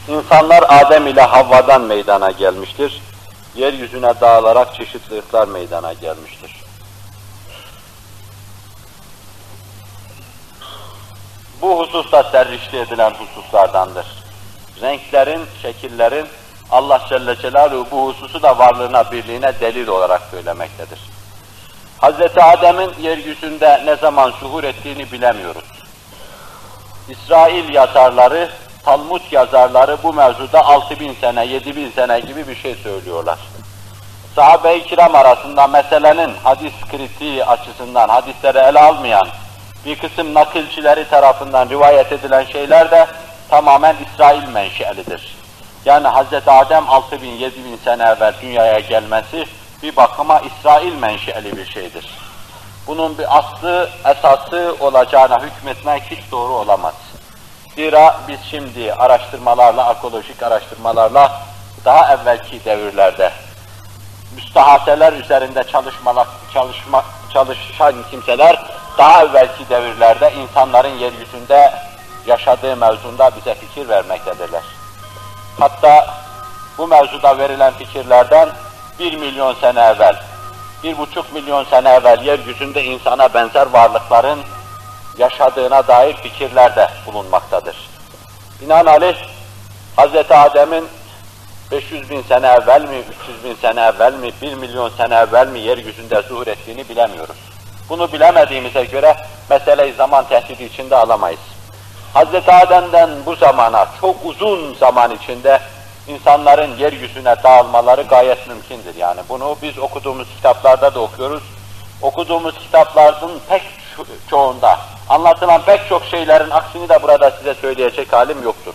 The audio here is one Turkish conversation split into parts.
İnsanlar Adem ile Havva'dan meydana gelmiştir. Yeryüzüne dağılarak çeşitli ırklar meydana gelmiştir. Bu husus da serrişli edilen hususlardandır. Renklerin, şekillerin Allah Celle Celaluhu bu hususu da varlığına, birliğine delil olarak söylemektedir. Hazreti Adem'in yeryüzünde ne zaman zuhur ettiğini bilemiyoruz. İsrail yazarları, Talmud yazarları bu mevzuda 6000 sene, 7000 sene gibi bir şey söylüyorlar. Sahabe-i kiram arasında meselenin hadis kritiği açısından hadisleri ele almayan bir kısım nakilcileri tarafından rivayet edilen şeyler de tamamen İsrail menşelidir. Yani Hz. Adem 6000-7000 sene evvel dünyaya gelmesi bir bakıma İsrail menşeli bir şeydir. Bunun bir aslı, esası olacağına hükmetmek hiç doğru olamaz. Zira biz şimdi araştırmalarla, arkeolojik araştırmalarla daha evvelki devirlerde müstehaseler üzerinde çalışan kimseler daha evvelki devirlerde insanların yeryüzünde yaşadığı mevzunda bize fikir vermektedirler. Hatta bu mevzuda verilen fikirlerden 1 milyon sene evvel, 1,5 milyon sene evvel yeryüzünde insana benzer varlıkların yaşadığına dair fikirler de bulunmaktadır. Binaenaleyh Hz. Adem'in 500 bin sene evvel mi, 300 bin sene evvel mi, 1 milyon sene evvel mi yeryüzünde zuhur ettiğini bilemiyoruz. Bunu bilemediğimize göre meseleyi zaman tehdidi içinde alamayız. Hz. Adem'den bu zamana, çok uzun zaman içinde insanların yeryüzüne dağılmaları gayet mümkündür. Yani bunu biz okuduğumuz kitaplarda da okuyoruz. Okuduğumuz kitapların pek çoğunda anlatılan pek çok şeylerin aksini de burada size söyleyecek halim yoktur.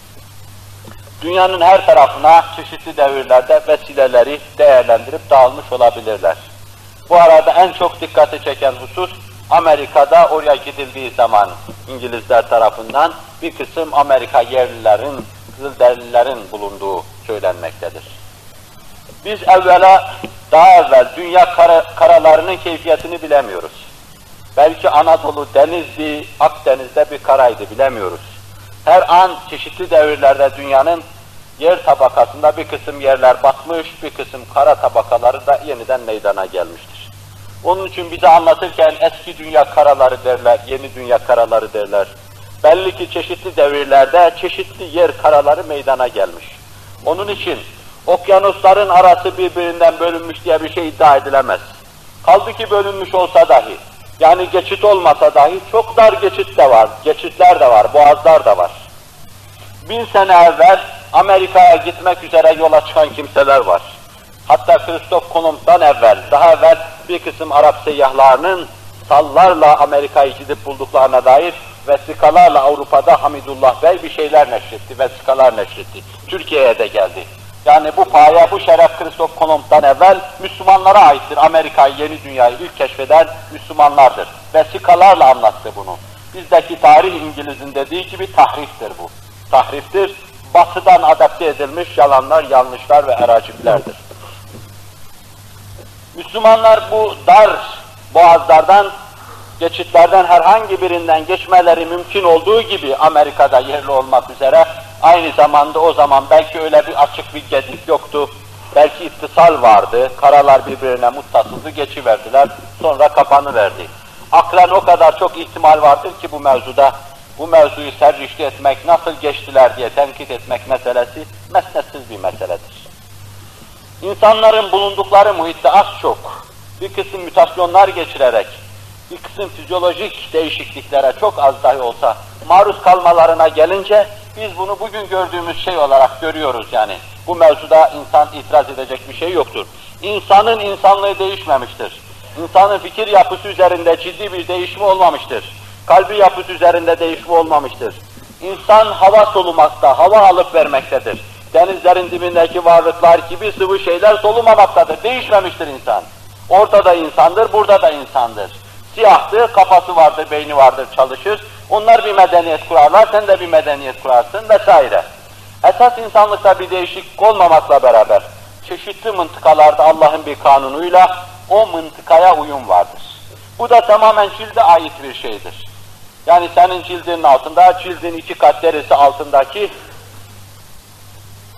Dünyanın her tarafına çeşitli devirlerde vesileleri değerlendirip dağılmış olabilirler. Bu arada en çok dikkati çeken husus, Amerika'da oraya gidildiği zaman İngilizler tarafından bir kısım Amerika yerlilerin, Kızılderililerin bulunduğu söylenmektedir. Biz daha evvel dünya karalarının keyfiyetini bilemiyoruz. Belki Anadolu denizdi, Akdeniz'de bir karaydı, bilemiyoruz. Her an çeşitli devirlerde dünyanın yer tabakasında bir kısım yerler batmış, bir kısım kara tabakaları da yeniden meydana gelmiştir. Onun için bize anlatırken eski dünya karaları derler, yeni dünya karaları derler. Belli ki çeşitli devirlerde çeşitli yer karaları meydana gelmiş. Onun için okyanusların arası birbirinden bölünmüş diye bir şey iddia edilemez. Kaldı ki bölünmüş olsa dahi, yani geçit olmasa dahi çok dar geçit de var, geçitler de var, boğazlar da var. 1000 sene evvel Amerika'ya gitmek üzere yola çıkan kimseler var. Hatta Christoph Kolomb'dan evvel, daha evvel bir kısım Arap seyyahlarının sallarla Amerika'yı gidip bulduklarına dair vesikalarla Avrupa'da Hamidullah Bey bir şeyler neşretti, vesikalar neşretti. Türkiye'ye de geldi. Yani bu paye, bu şeref Christoph Kolomb'dan evvel Müslümanlara aittir. Amerika'yı, yeni dünyayı ilk keşfeden Müslümanlardır. Vesikalarla anlattı bunu. Bizdeki tarih İngiliz'in dediği gibi tahriftir bu. Tahriftir, batıdan adapte edilmiş yalanlar, yanlışlar ve eraciplerdir. Müslümanlar bu dar boğazlardan, geçitlerden herhangi birinden geçmeleri mümkün olduğu gibi Amerika'da yerli olmak üzere, aynı zamanda o zaman belki öyle bir açık bir geçit yoktu, belki ittisal vardı, karalar birbirine muttasıldı, geçiverdiler, sonra kapanıverdi. Aklen o kadar çok ihtimal vardır ki bu mevzuda, bu mevzuyu serrişli etmek, nasıl geçtiler diye tenkit etmek meselesi mesnetsiz bir meseledir. İnsanların bulundukları muhitte az çok, bir kısım mutasyonlar geçirerek, bir kısım fizyolojik değişikliklere çok az dahi olsa maruz kalmalarına gelince, biz bunu bugün gördüğümüz şey olarak görüyoruz yani. Bu mevzuda insan itiraz edecek bir şey yoktur. İnsanın insanlığı değişmemiştir. İnsanın fikir yapısı üzerinde ciddi bir değişimi olmamıştır. Kalbi yapısı üzerinde değişimi olmamıştır. İnsan hava solumakta, hava alıp vermektedir. Denizlerin dibindeki varlıklar gibi sıvı şeyler solumamaktadır. Değişmemiştir insan. Ortada insandır, burada da insandır. Siyahtır, kafası vardır, beyni vardır, çalışır. Onlar bir medeniyet kurarlar, sen de bir medeniyet kurarsın vesaire. Esas insanlıkta bir değişiklik olmamakla beraber, çeşitli mıntıkalarda Allah'ın bir kanunuyla o mıntıkaya uyum vardır. Bu da tamamen cilde ait bir şeydir. Yani senin cildinin altında, cildin 2 kat derisi altındaki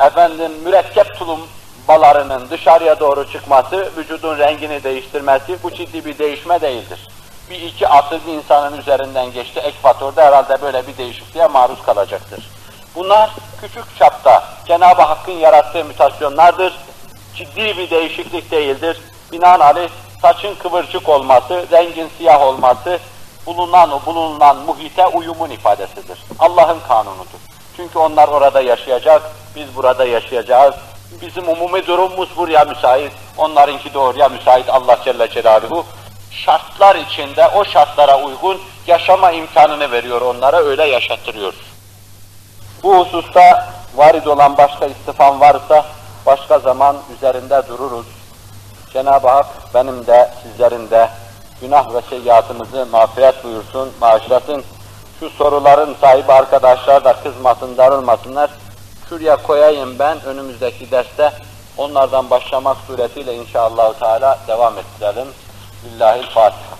mürekkep tulumbalarının dışarıya doğru çıkması, vücudun rengini değiştirmesi, bu ciddi bir değişme değildir. Bir iki asır insanın üzerinden geçti, ekvatorda herhalde böyle bir değişikliğe maruz kalacaktır. Bunlar küçük çapta Cenab-ı Hakk'ın yarattığı mutasyonlardır, ciddi bir değişiklik değildir. Binaenaleyh saçın kıvırcık olması, rengin siyah olması, bulunan muhite uyumun ifadesidir. Allah'ın kanunudur. Çünkü onlar orada yaşayacak, biz burada yaşayacağız. Bizim umumi durumumuz buraya müsait, onlarınki de oraya müsait. Allah Celle Celaluhu şartlar içinde, o şartlara uygun yaşama imkanını veriyor onlara, öyle yaşattırıyor. Bu hususta varid olan başka istifam varsa, başka zaman üzerinde dururuz. Cenab-ı Hak benim de, sizlerin de günah ve seyyiatımızı mağfiret buyursun, bağışlasın. Şu soruların sahibi arkadaşlar da kızmasın, darılmasınlar. Şuraya koyayım ben, önümüzdeki derste onlardan başlamak suretiyle inşallah Teala devam ettirelim. Lillahi'l-Fatiha.